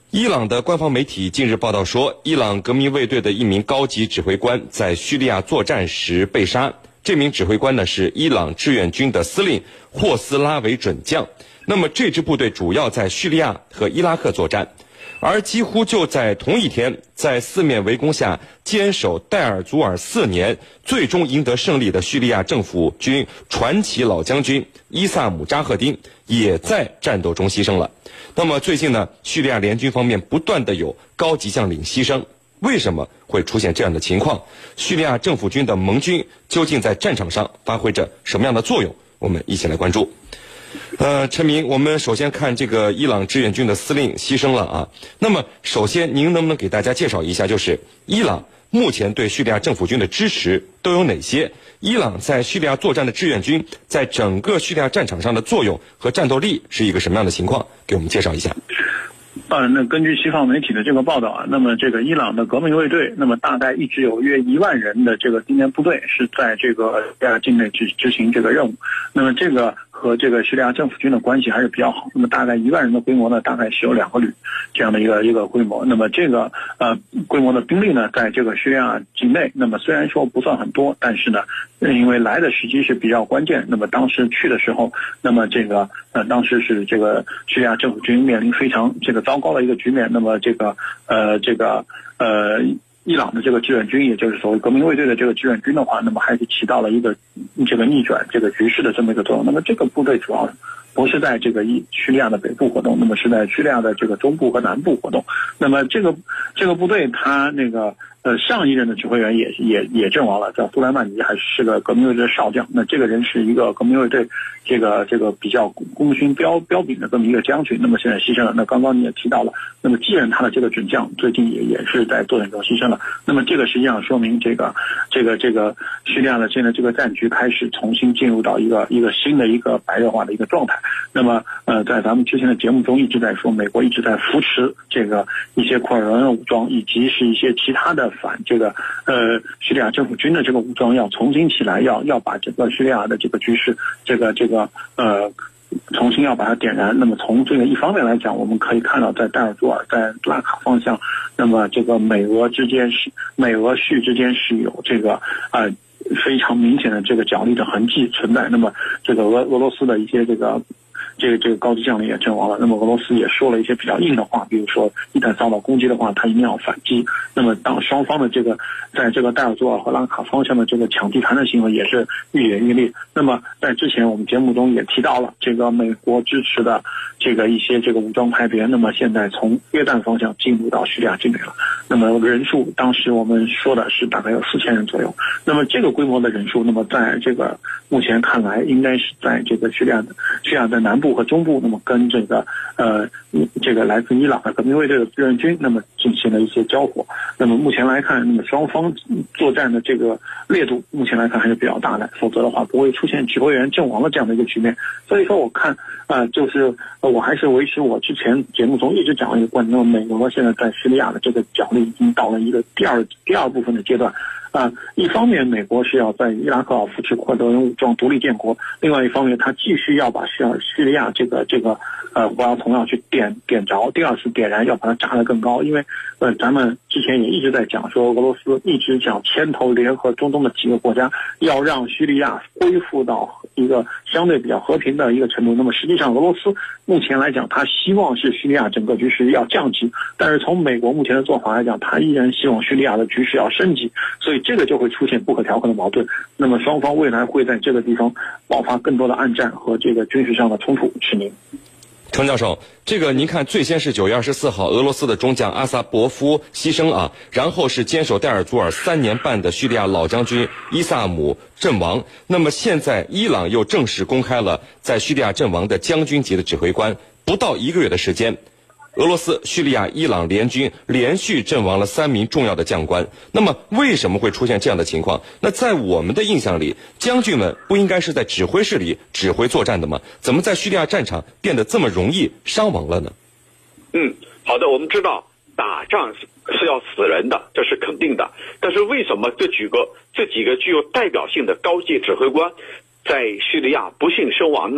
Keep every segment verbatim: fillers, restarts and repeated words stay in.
伊朗的官方媒体近日报道说，伊朗革命卫队的一名高级指挥官在叙利亚作战时被杀。这名指挥官呢是伊朗志愿军的司令霍斯拉维准将。那么这支部队主要在叙利亚和伊拉克作战。而几乎就在同一天，在四面围攻下坚守代尔祖尔四年，最终赢得胜利的叙利亚政府军传奇老将军伊萨姆扎赫丁也在战斗中牺牲了。那么最近呢，叙利亚联军方面不断的有高级将领牺牲，为什么会出现这样的情况？叙利亚政府军的盟军究竟在战场上发挥着什么样的作用？我们一起来关注。呃，陈明，我们首先看这个伊朗志愿军的司令牺牲了啊。那么，首先您能不能给大家介绍一下，就是伊朗目前对叙利亚政府军的支持都有哪些？伊朗在叙利亚作战的志愿军在整个叙利亚战场上的作用和战斗力是一个什么样的情况？给我们介绍一下。 呃，那根据西方媒体的这个报道啊，那么这个伊朗的革命卫队，那么大概一直有约一万人的这个青年部队是在这个叙利亚境内执执行这个任务。那么这个和这个叙利亚政府军的关系还是比较好。那么大概一万人的规模呢，大概是有两个旅这样的一个一个规模。那么这个呃规模的兵力呢，在这个叙利亚境内，那么虽然说不算很多，但是呢，因为来的时机是比较关键。那么当时去的时候，那么这个呃当时是这个叙利亚政府军面临非常这个糟糕的一个局面。那么这个呃这个呃伊朗的这个志愿军，也就是所谓革命卫队的这个志愿军的话，那么还是起到了一个这个逆转这个局势的这么一个作用。那么这个部队主要不是在这个叙利亚的北部活动，那么是在叙利亚的这个中部和南部活动。那么这个这个部队它那个呃上一任的指挥员也也也阵亡了，叫苏莱曼尼，还是个革命卫队少将。那这个人是一个革命卫队这个这个比较功勋彪彪炳的这么一个将军，那么现在牺牲了。那刚刚你也提到了，那么继任他的这个准将最近也也是在作战中牺牲了。那么这个实际上说明这个这个这个叙利亚的现在这个战局开始重新进入到一个一个新的一个白热化的一个状态。那么呃在咱们之前的节目中一直在说，美国一直在扶持这个一些库尔德人武装以及是一些其他的反这个呃叙利亚政府军的这个武装要重新起来，要要把整个叙利亚的这个局势这个这个呃重新要把它点燃。那么从这个一方面来讲，我们可以看到在代尔祖尔在拉卡方向，那么这个美俄之间是美俄叙之间是有这个呃非常明显的这个角力的痕迹存在。那么这个俄俄罗斯的一些这个这个这个高级将领也阵亡了。那么俄罗斯也说了一些比较硬的话，比如说一旦遭到攻击的话，他一定要反击。那么当双方的这个在这个代尔祖尔和拉卡方向的这个抢地盘的行为也是愈演愈烈。那么在之前我们节目中也提到了，这个美国支持的这个一些这个武装派别，那么现在从约旦方向进入到叙利亚境内了。那么人数当时我们说的是大概有四千人左右。那么这个规模的人数，那么在这个目前看来，应该是在这个叙利亚的叙利亚的南部和中部，那么跟这个呃这个来自伊朗的革命卫队的志愿军，那么进行了一些交火。那么目前来看，那么双方作战的这个烈度目前来看还是比较大的，否则的话不会出现指挥员阵亡的这样的一个局面。所以说我看啊、呃，就是呃我还是维持我之前节目中一直讲的一个观点，那么美国现在在叙利亚的这个角力已经到了一个第二第二部分的阶段。啊、呃，一方面美国是要在伊拉克扶持库尔德人武装独立建国，另外一方面他继续要把叙叙利亚这个这个呃火药桶要去点点着，第二次点燃要把它炸得更高。因为呃咱们之前也一直在讲说，俄罗斯一直想牵头联合中东的几个国家，要让叙利亚恢复到一个相对比较和平的一个程度。那么实际上俄罗斯目前来讲，他希望是叙利亚整个局势要降级，但是从美国目前的做法来讲，他依然希望叙利亚的局势要升级，所以这个就会出现不可调和的矛盾。那么双方未来会在这个地方爆发更多的暗战和这个军事上的冲突。是您程教授，这个您看，最先是九月二十四号，俄罗斯的中将阿萨博夫牺牲啊，然后是坚守代尔祖尔三年半的叙利亚老将军伊萨姆阵亡。那么现在伊朗又正式公开了在叙利亚阵亡的将军级的指挥官，不到一个月的时间，俄罗斯、叙利亚、伊朗联军连续阵亡了三名重要的将官。那么为什么会出现这样的情况？那在我们的印象里，将军们不应该是在指挥室里指挥作战的吗？怎么在叙利亚战场变得这么容易伤亡了呢？ 嗯，好的，我们知道打仗是要死人的，这是肯定的。但是为什么这几个这几个具有代表性的高级指挥官在叙利亚不幸身亡呢？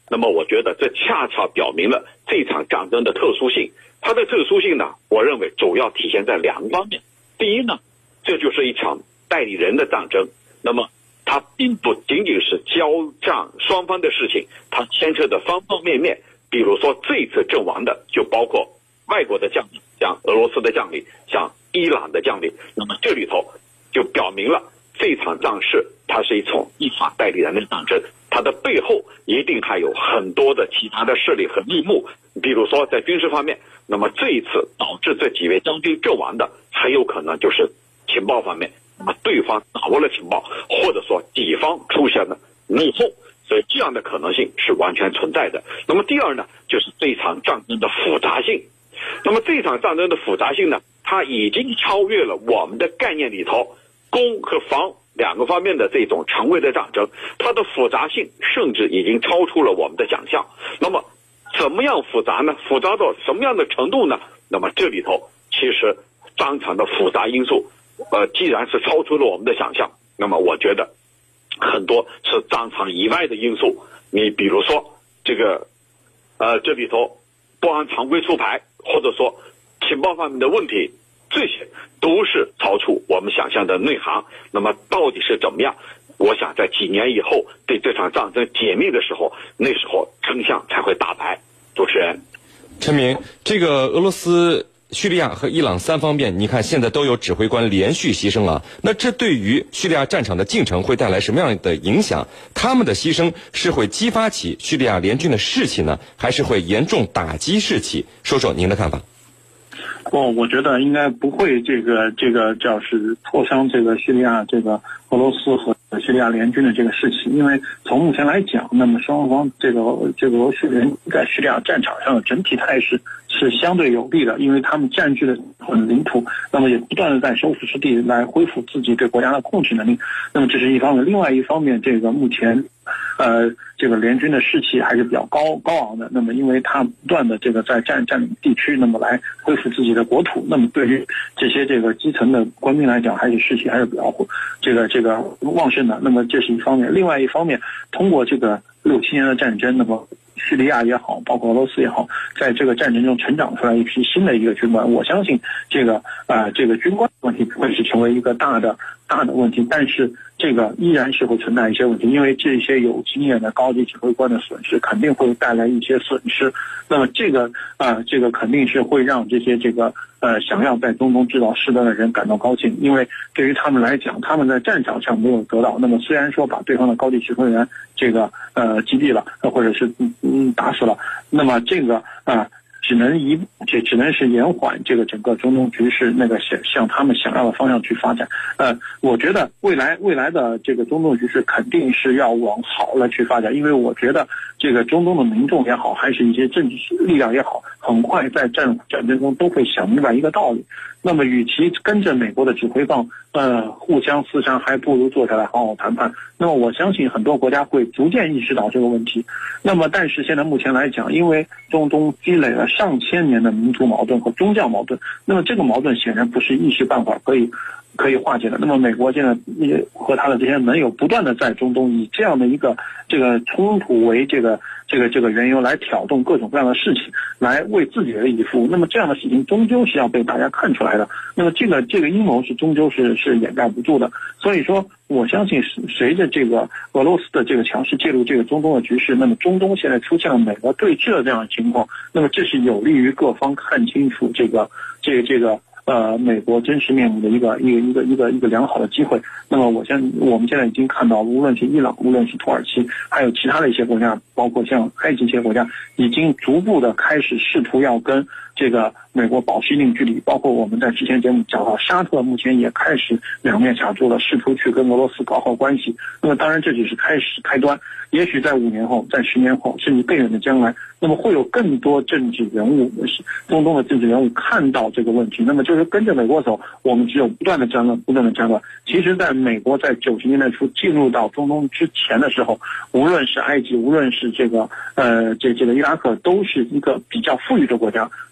那么我觉得这恰恰表明了这场战争的特殊性。它的特殊性呢，我认为主要体现在两个方面。第一呢，这就是一场代理人的战争，那么它并不仅仅是交战双方的事情，它牵扯的方方面面。比如说这次阵亡的就包括外国的将领，像俄罗斯的将领，像伊朗的将领，那么这里头就表明了这场战事它是一场依法代理人的战争，它的背后一定还有很多的其他的势力和密幕。比如说在军事方面，那么这一次导致这几位将军阵亡的很有可能就是情报方面，那么对方掌握了情报，或者说己方出现了幕后，所以这样的可能性是完全存在的。那么第二呢，就是这场战争的复杂性。那么这场战争的复杂性呢，它已经超越了我们的概念里头攻和防两个方面的这种常规的战争，它的复杂性甚至已经超出了我们的想象。那么怎么样复杂呢？复杂到什么样的程度呢？那么这里头其实战场的复杂因素呃，既然是超出了我们的想象，那么我觉得很多是战场以外的因素。你比如说这个呃，这里头不按常规出牌，或者说情报方面的问题，这些都是超出我们想象的内涵。那么到底是怎么样？我想在几年以后对这场战争解密的时候，那时候真相才会大白。主持人陈明，这个俄罗斯、叙利亚和伊朗三方面，你看现在都有指挥官连续牺牲啊，那这对于叙利亚战场的进程会带来什么样的影响？他们的牺牲是会激发起叙利亚联军的士气呢，还是会严重打击士气？说说您的看法。 哦，我觉得应该不会这个这个叫是挫伤这个叙利亚这个俄罗斯和叙利亚联军的这个士气，因为从目前来讲，那么双方这个这个俄叙联在叙利亚战场上的整体态势是相对有利的，因为他们占据了很领土，那么也不断的在收复失地来恢复自己对国家的控制能力。那么这是一方面，另外一方面，这个目前呃这个联军的士气还是比较高高昂的。那么因为他不断的这个在占占领地区，那么来恢复自己的国土，那么对于这些这个基层的官兵来讲，还是士气还是比较这个这个旺盛的。那么这是一方面，另外一方面，通过这个六七年的战争，那么叙利亚也好，包括俄罗斯也好，在这个战争中成长出来一批新的一个军官。我相信这个呃这个军官问题不会是成为一个大的大的问题，但是这个依然是会存在一些问题，因为这些有经验的高级指挥官的损失肯定会带来一些损失。那么这个呃这个肯定是会让这些这个呃想要在中东制造事端的人感到高兴，因为对于他们来讲，他们在战场上没有得到，那么虽然说把对方的高级指挥员这个呃击毙了，或者是嗯嗯打死了，那么这个啊。呃只能一这只能是延缓这个整个中东局势那个向向他们想要的方向去发展。呃，我觉得未来未来的这个中东局势肯定是要往好了去发展，因为我觉得这个中东的民众也好，还是一些政治力量也好，很快在战战争中都会想明白一个道理。那么，与其跟着美国的指挥棒呃互相厮杀，还不如坐下来好好谈判。那么，我相信很多国家会逐渐意识到这个问题。那么，但是现在目前来讲，因为中东积累了上千年的民族矛盾和宗教矛盾，那么这个矛盾显然不是一时半会儿可以可以化解的。那么美国现在也和他的这些盟友不断的在中东以这样的一个这个冲突为这个这个这个缘由来挑动各种各样的事情，来为自己的利益服务。那么这样的事情终究是要被大家看出来的。那么这个这个阴谋是终究是是掩盖不住的。所以说，我相信随着这个俄罗斯的这个强势介入这个中东的局势，那么中东现在出现了美俄对峙的这样的情况，那么这是有利于各方看清楚这个这个这个呃美国真实面目的一个一个一个一个一个良好的机会。那么我现我们现在已经看到，无论是伊朗，无论是土耳其，还有其他的一些国家，包括像埃及这些国家，已经逐步的开始试图要跟这个美国保持一定距离。包括我们在之前节目讲到，沙特目前也开始两面卡住了，试图去跟俄罗斯搞好关系。那么当然这只是开始开端，也许在五年后，在十年后，甚至更远的将来，那么会有更多政治人物，中东的政治人物看到这个问题，那么就是跟着美国走，我们只有不断的战乱，不断的战乱。其实在美国在九十年代初进入到中东之前的时候，无论是埃及，无论是这个呃这这个伊拉克，都是一个比较富裕的国家。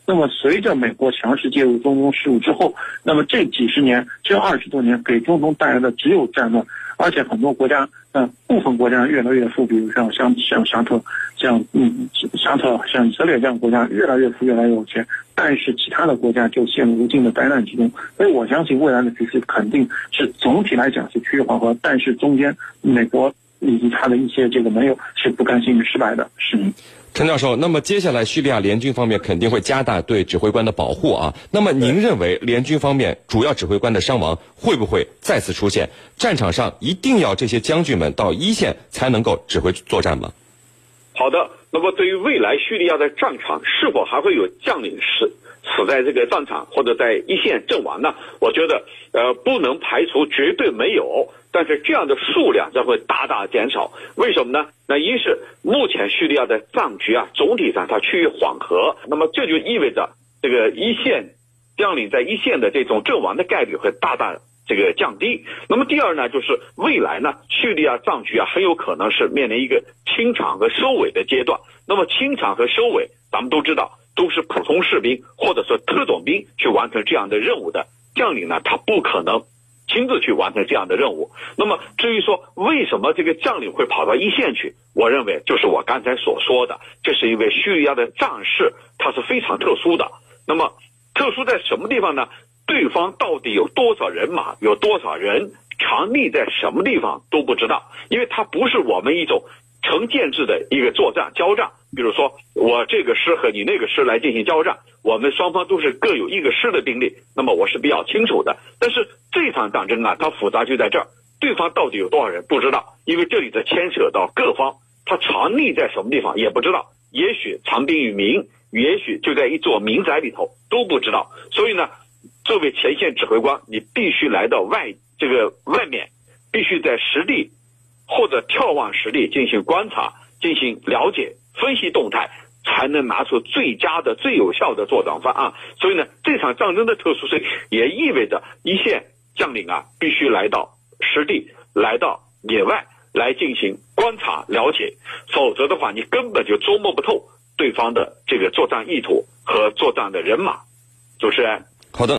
那么随着美国强势介入中东事务之后，那么这几十年这二十多年给中东带来的只有战乱，而且很多国家呃部分国家越来越富，比如像像像沙特像嗯沙特像以色列这样的国家越来越富越来越有钱，但是其他的国家就陷入无尽的灾难之中。所以我相信未来的局势肯定是总体来讲是趋于缓和，但是中间美国以及他的一些这个盟友是不甘心于失败的。是。 陈教授，那么接下来叙利亚联军方面肯定会加大对指挥官的保护啊。那么您认为联军方面主要指挥官的伤亡会不会再次出现？战场上一定要这些将军们到一线才能够指挥作战吗？ 好的，那么对于未来叙利亚的战场是否还会有将领死死在这个战场或者在一线阵亡呢？我觉得呃不能排除绝对没有，但是这样的数量将会大大减少。为什么呢？那一是目前叙利亚的战局啊，总体上它趋于缓和，那么这就意味着这个一线将领在一线的这种阵亡的概率会大大这个降低。那么第二呢，就是未来呢，叙利亚战局啊，很有可能是面临一个清场和收尾的阶段。那么清场和收尾，咱们都知道，都是普通士兵或者说特种兵去完成这样的任务的，将领呢，他不可能亲自去完成这样的任务。那么至于说为什么这个将领会跑到一线去，我认为就是我刚才所说的，这是因为叙利亚的战事它是非常特殊的。那么特殊在什么地方呢？对方到底有多少人马，有多少人藏匿在什么地方都不知道，因为它不是我们一种成建制的一个作战交战。比如说我这个师和你那个师来进行交战，我们双方都是各有一个师的兵力，那么我是比较清楚的。但是这场战争啊，它复杂就在这儿，对方到底有多少人不知道，因为这里的牵扯到各方，他藏匿在什么地方也不知道，也许藏兵于民，也许就在一座民宅里头，都不知道。所以呢，作为前线指挥官，你必须来到外这个外面，必须在实地或者眺望实地进行观察，进行了解分析动态，才能拿出最佳的最有效的作战方案。所以呢，这场战争的特殊性也意味着一线将领啊必须来到实地，来到野外来进行观察了解，否则的话你根本就捉摸不透对方的这个作战意图和作战的人马。主持人。 好的。